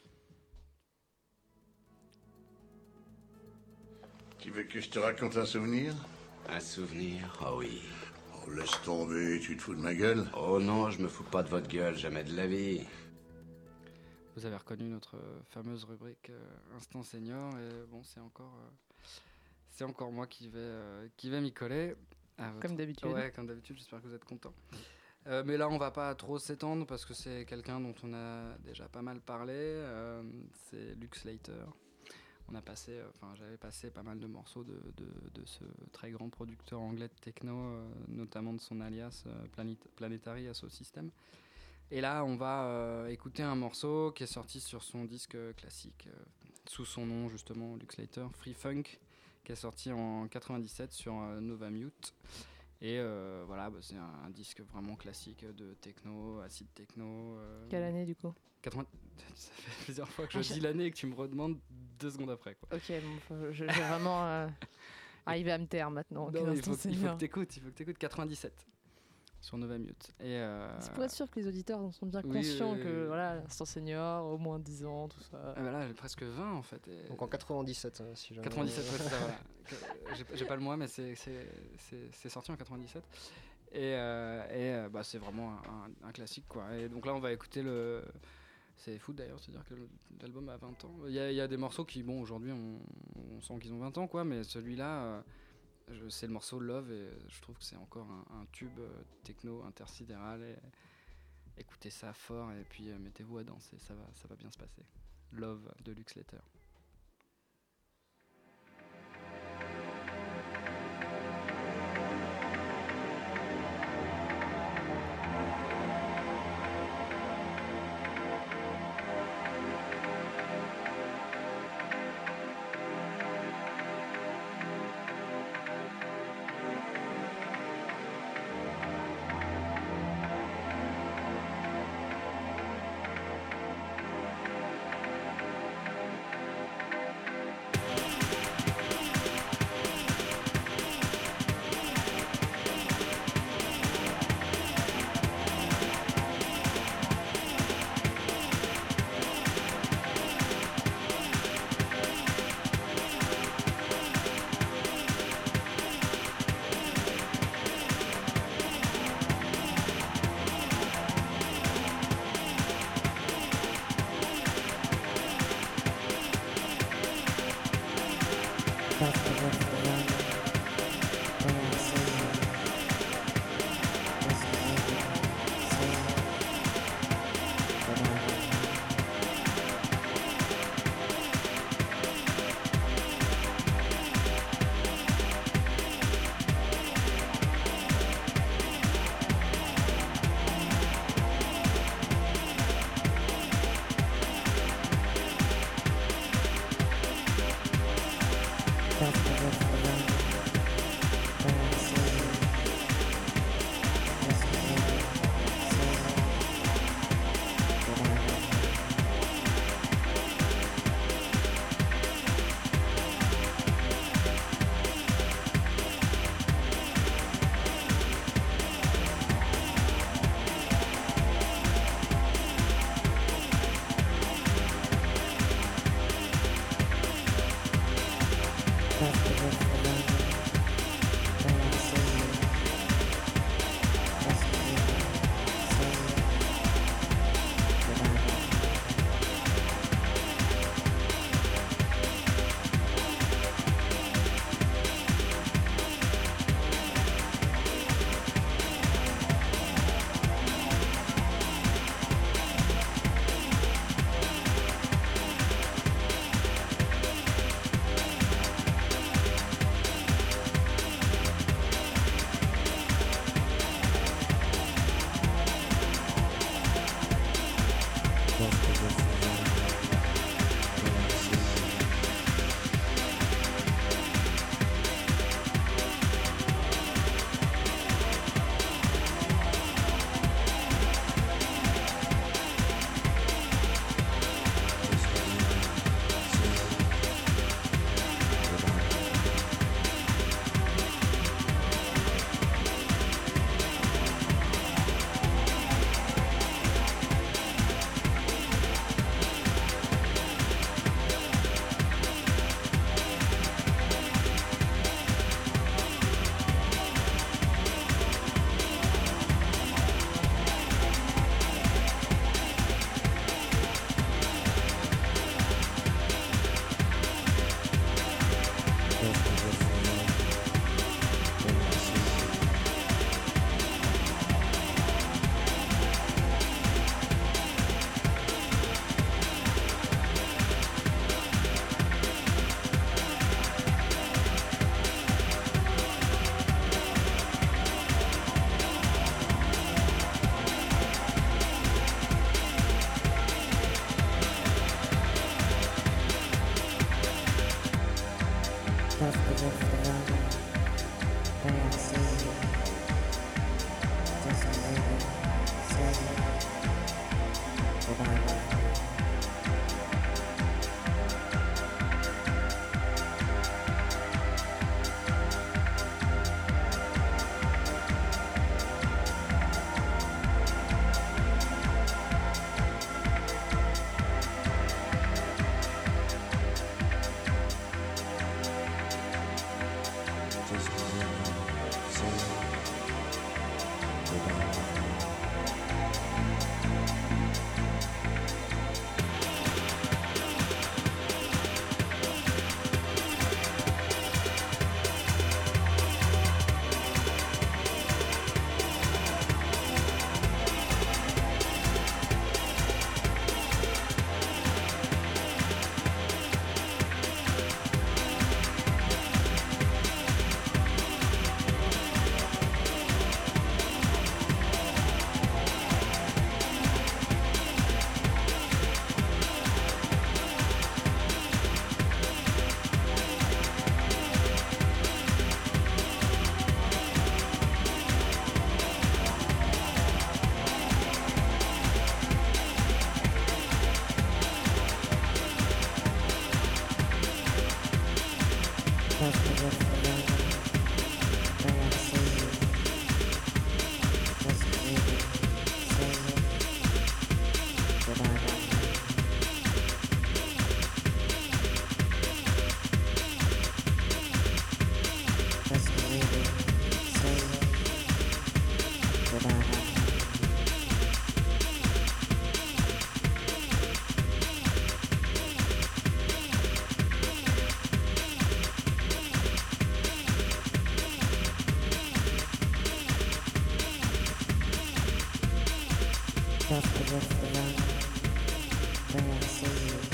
Tu veux que je te raconte un souvenir? Un souvenir? Oh oui. Oh, laisse tomber, tu te fous de ma gueule? Oh non, je me fous pas de votre gueule, jamais de la vie. Vous avez reconnu notre fameuse rubrique Instant Senior, et bon, c'est encore moi qui vais m'y coller. Comme d'habitude. Ouais, comme d'habitude, j'espère que vous êtes contents. Mais là, on va pas trop s'étendre parce que c'est quelqu'un dont on a déjà pas mal parlé. C'est Luke Slater. J'avais passé pas mal de morceaux de ce très grand producteur anglais de techno, notamment de son alias Planetary Assault System. Et là, on va écouter un morceau qui est sorti sur son disque classique, sous son nom justement, Luke Slater, Free Funk, qui est sorti en 97 sur Nova Mute. Et voilà, c'est un disque vraiment classique de techno, acid techno. Quelle année du coup? 80... Ça fait plusieurs fois que je dis l'année et que tu me redemandes 2 secondes après, quoi. Ok, bon, je vais vraiment arriver à me taire maintenant. Non, il faut que t'écoutes 97 sur Nova Mute. Et c'est pour être sûr que les auditeurs sont bien conscients que voilà, l'instant senior, au moins 10 ans, tout ça. Ah bah là, j'ai presque 20 en fait. Et... Donc en 97, si jamais. 97, ouais, c'est ça, voilà. J'ai pas le mois, mais c'est sorti en 97. Et bah, c'est vraiment un classique, quoi. Et donc là, on va écouter le. C'est fou d'ailleurs, c'est-à-dire que l'album a 20 ans. Il y a des morceaux qui, bon, aujourd'hui, on sent qu'ils ont 20 ans, quoi, mais celui-là, c'est le morceau Love, et je trouve que c'est encore un tube techno intersidéral. Et écoutez ça fort, et puis mettez-vous à danser, ça va bien se passer. Love de Luke Slater. just the love when I see you.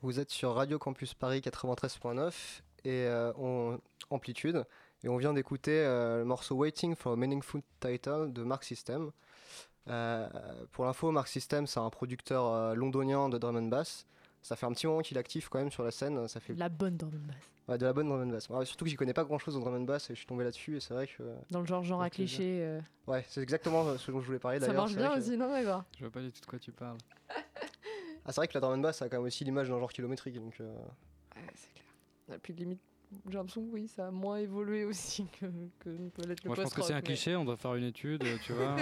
Vous êtes sur Radio Campus Paris 93.9 et Amplitude. Et on vient d'écouter le morceau Waiting for a Meaningful Title de Mark System. Pour l'info, Mark System, c'est un producteur londonien de drum and bass. Ça fait un petit moment qu'il est actif quand même sur la scène. Ça fait... La bonne drum and bass. Ouais, de la bonne drum and bass. Ouais, surtout que j'y connais pas grand chose en drum and bass et je suis tombé là-dessus et c'est vrai que... Dans le genre à cliché. Ouais, c'est exactement ce dont je voulais parler Ça d'ailleurs. marche bien aussi, non d'accord. Je vois pas du tout de quoi tu parles. Ah, c'est vrai que la drum and bass, ça a quand même aussi l'image d'un genre kilométrique. Donc, Ouais, c'est clair. Et puis limite, j'ai l'impression que oui, ça a moins évolué aussi que ne peut l'être le Moi, je pense que c'est un post-rock, mais- cliché, on doit faire une étude, tu vois.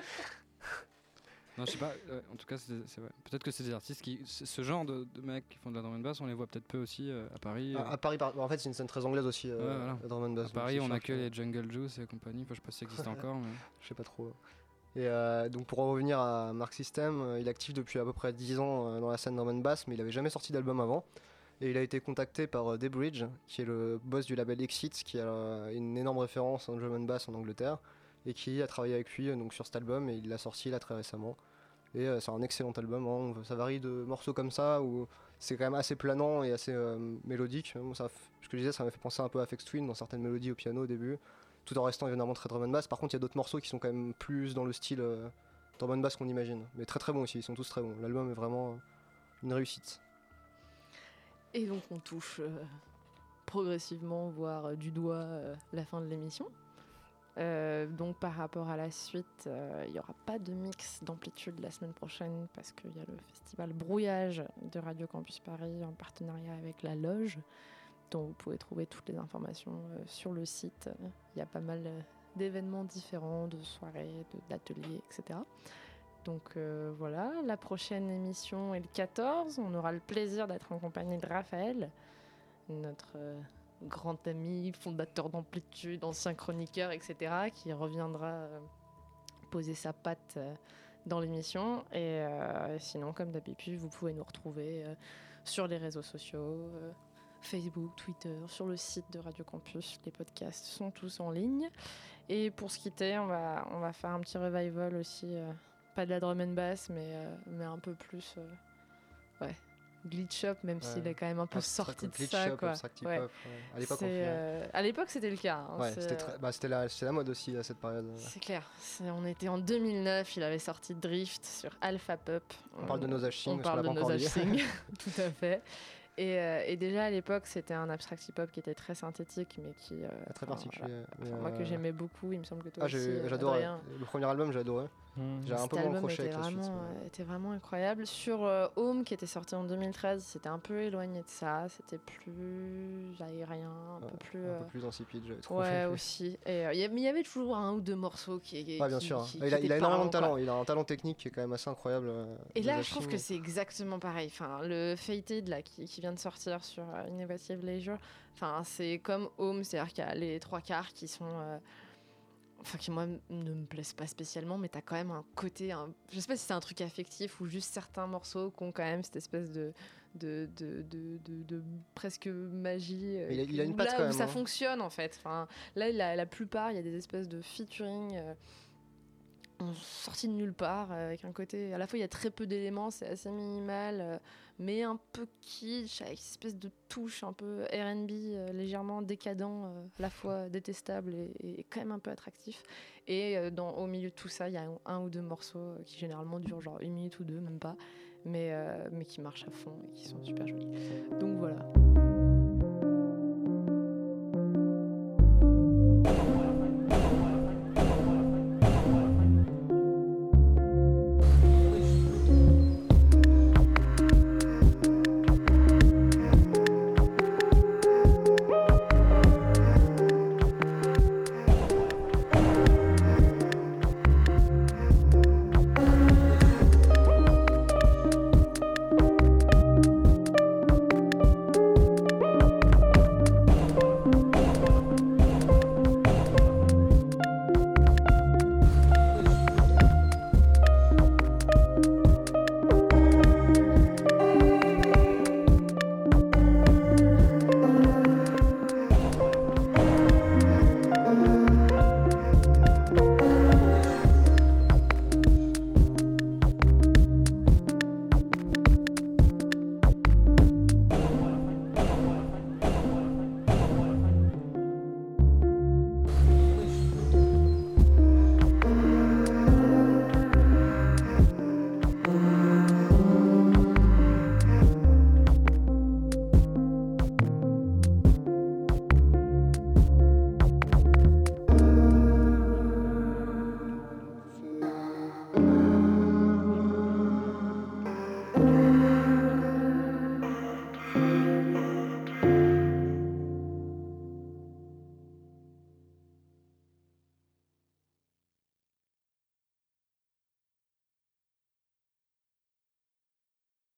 Non, je sais pas, en tout cas, c'est vrai. Peut-être que c'est des artistes qui. Ce genre de mecs qui font de la drum and bass, on les voit peut-être peu aussi à Paris. à Paris, en fait, c'est une scène très anglaise aussi, voilà. la drum and bass. À Paris, donc c'est on a sûr que les Jungle Juice et compagnie. Enfin, je sais pas si ça existe encore, mais. Je sais pas trop. Et donc pour en revenir à Mark System, il est actif depuis à peu près 10 ans dans la scène drum and bass, mais il avait jamais sorti d'album avant. Et il a été contacté par Debridge, qui est le boss du label Exit, qui a une énorme référence en drum and bass en Angleterre, et qui a travaillé avec lui donc, sur cet album, et il l'a sorti là très récemment. Et c'est un excellent album, hein. Ça varie de morceaux comme ça, où c'est quand même assez planant et assez mélodique. Ce que je disais, ça m'a fait penser un peu à Aphex Twin dans certaines mélodies au piano au début, tout en restant évidemment très drum and bass. Par contre, il y a d'autres morceaux qui sont quand même plus dans le style drum and bass qu'on imagine, mais très très bons aussi, ils sont tous très bons. L'album est vraiment une réussite. Et donc on touche progressivement, voire du doigt, la fin de l'émission. Donc par rapport à la suite, il n'y aura pas de mix d'amplitude la semaine prochaine parce qu'il y a le festival Brouillage de Radio Campus Paris en partenariat avec la Loge, dont vous pouvez trouver toutes les informations sur le site. Il y a pas mal d'événements différents, de soirées, d'ateliers, etc. Donc voilà, la prochaine émission est le 14. On aura le plaisir d'être en compagnie de Raphaël, notre grand ami, fondateur d'Amplitude, ancien chroniqueur, etc., qui reviendra poser sa patte dans l'émission. Et sinon, comme d'habitude, vous pouvez nous retrouver sur les réseaux sociaux, Facebook, Twitter, sur le site de Radio Campus. Les podcasts sont tous en ligne. Et pour se quitter, on va faire un petit revival aussi. Pas de la drum and bass, mais un peu plus glitch up, même s'il est quand même un peu sorti de ça, quoi. Ouais. À l'époque, à l'époque, c'était le cas. Hein. Ouais, c'était la mode aussi à cette période. C'est clair. On était en 2009, il avait sorti Drift sur Alpha Pup. On parle de Nosage Sing. On parle de Nosage Sing, tout à fait. Et déjà à l'époque, c'était un abstract hip-hop qui était très synthétique, mais qui très particulier. Voilà. Moi que j'aimais beaucoup, il me semble que toi aussi. J'adorais. Le premier album, j'ai adoré. J'ai un peu moins accroché avec la suite. Était vraiment incroyable. Sur Home, qui était sorti en 2013, c'était un peu éloigné de ça. C'était plus aérien, un peu plus insipide, j'avais trouvé. Ouais, aussi. Et il y avait toujours un ou deux morceaux qui. Ouais, bien sûr. Il a énormément de talent. Quoi. Il a un talent technique qui est quand même assez incroyable. Et là, je trouve que c'est exactement pareil. Enfin, le Fated là, qui vient de sortir sur Innovative Leisure, enfin, c'est comme Home, c'est-à-dire qu'il y a les trois quarts qui sont. Enfin, qui moi ne me plaisent pas spécialement, mais t'as quand même un côté, je sais pas si c'est un truc affectif ou juste certains morceaux qui ont quand même cette espèce de presque magie. Il a une patte là quand où même, ça fonctionne en fait. Enfin, là, la plupart, il y a des espèces de featuring sortis de nulle part, avec un côté. À la fois, il y a très peu d'éléments, c'est assez minimal, mais un peu kitsch, avec une espèce de touche un peu R&B, légèrement décadent, à la fois détestable et quand même un peu attractif. Et au milieu de tout ça, il y a un ou deux morceaux qui généralement durent genre 1 minute ou 2, même pas, mais qui marchent à fond et qui sont super jolis. Donc voilà.